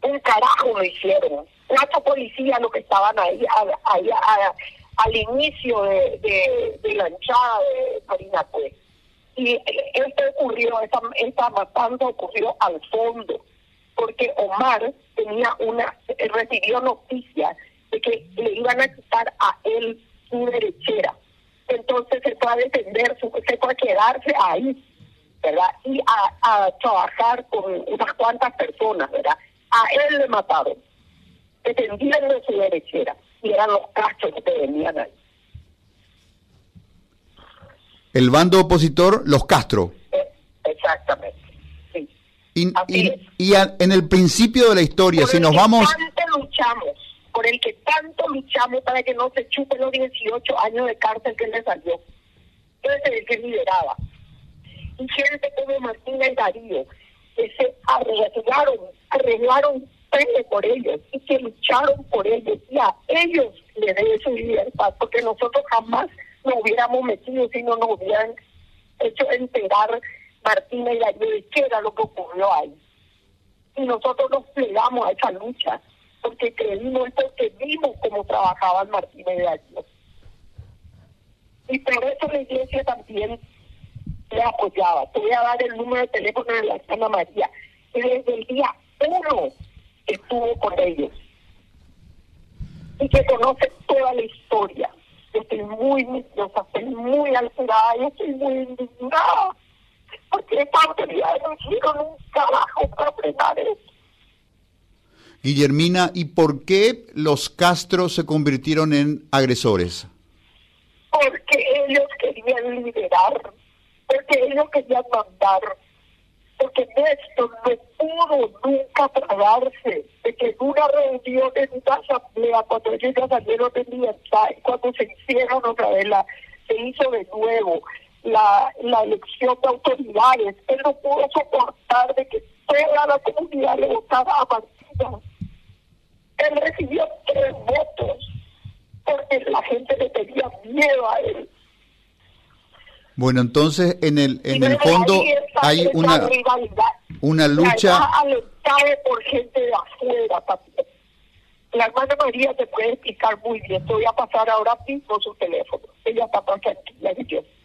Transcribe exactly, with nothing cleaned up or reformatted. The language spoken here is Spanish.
un carajo lo hicieron. Cuatro policías los que estaban ahí, a, ahí a, al inicio de, de, de la hinchada de Marina Cue. Y esto ocurrió, esta, esta matanza ocurrió al fondo, porque Omar tenía una, recibió noticias de que le iban a quitar a él su derechera. Entonces se fue a defender, se fue a quedarse ahí, ¿verdad? Y a, a trabajar con unas cuantas personas, ¿verdad? A él le mataron, defendiendo su derechera, y eran los castros que venían ahí. El bando opositor, los Castro. Exactamente, sí. Y, y, y a, en el principio de la historia, por si nos vamos... Tanto luchamos, por el que tanto luchamos para que no se chupen los dieciocho años de cárcel que le salió. Ese es el que lideraba. Y gente como Martina y Darío, que se arreglaron, arreglaron pele por ellos y que lucharon por ellos. Y a ellos les debe su libertad, porque nosotros jamás nos hubiéramos metido si no nos hubieran hecho enterar Martina y Darío de qué era lo que ocurrió ahí. Y nosotros nos plegamos a esa lucha porque creímos, porque vimos cómo trabajaban Martina y Darío. Y por eso la iglesia también le apoyaba. Te voy a dar el número de teléfono de la Santa María, que desde el día uno estuvo con ellos y que conoce toda la historia. Yo estoy muy nerviosa, estoy muy alterada, yo estoy muy indignada, porque esta autoridad no hicieron un carajo para frenar eso. Guillermina, ¿y por qué los Castro se convirtieron en agresores? Porque ellos querían liderar, porque ellos querían mandar, porque Néstor no pudo nunca tragarse de que en una reunión, en una asamblea, cuando ellos ya salieron de libertad, y cuando se hicieron otra vez, la, se hizo de nuevo la, la elección de autoridades, él no pudo soportar de que toda la comunidad le votara a Martina. Él recibió tres votos, porque la gente le tenía miedo a él. Bueno, entonces en el en el fondo hay una una lucha alentada por gente de afuera también. La hermana María te puede explicar muy bien. Te voy a pasar ahora mismo su teléfono. Ella está más tranquila que yo.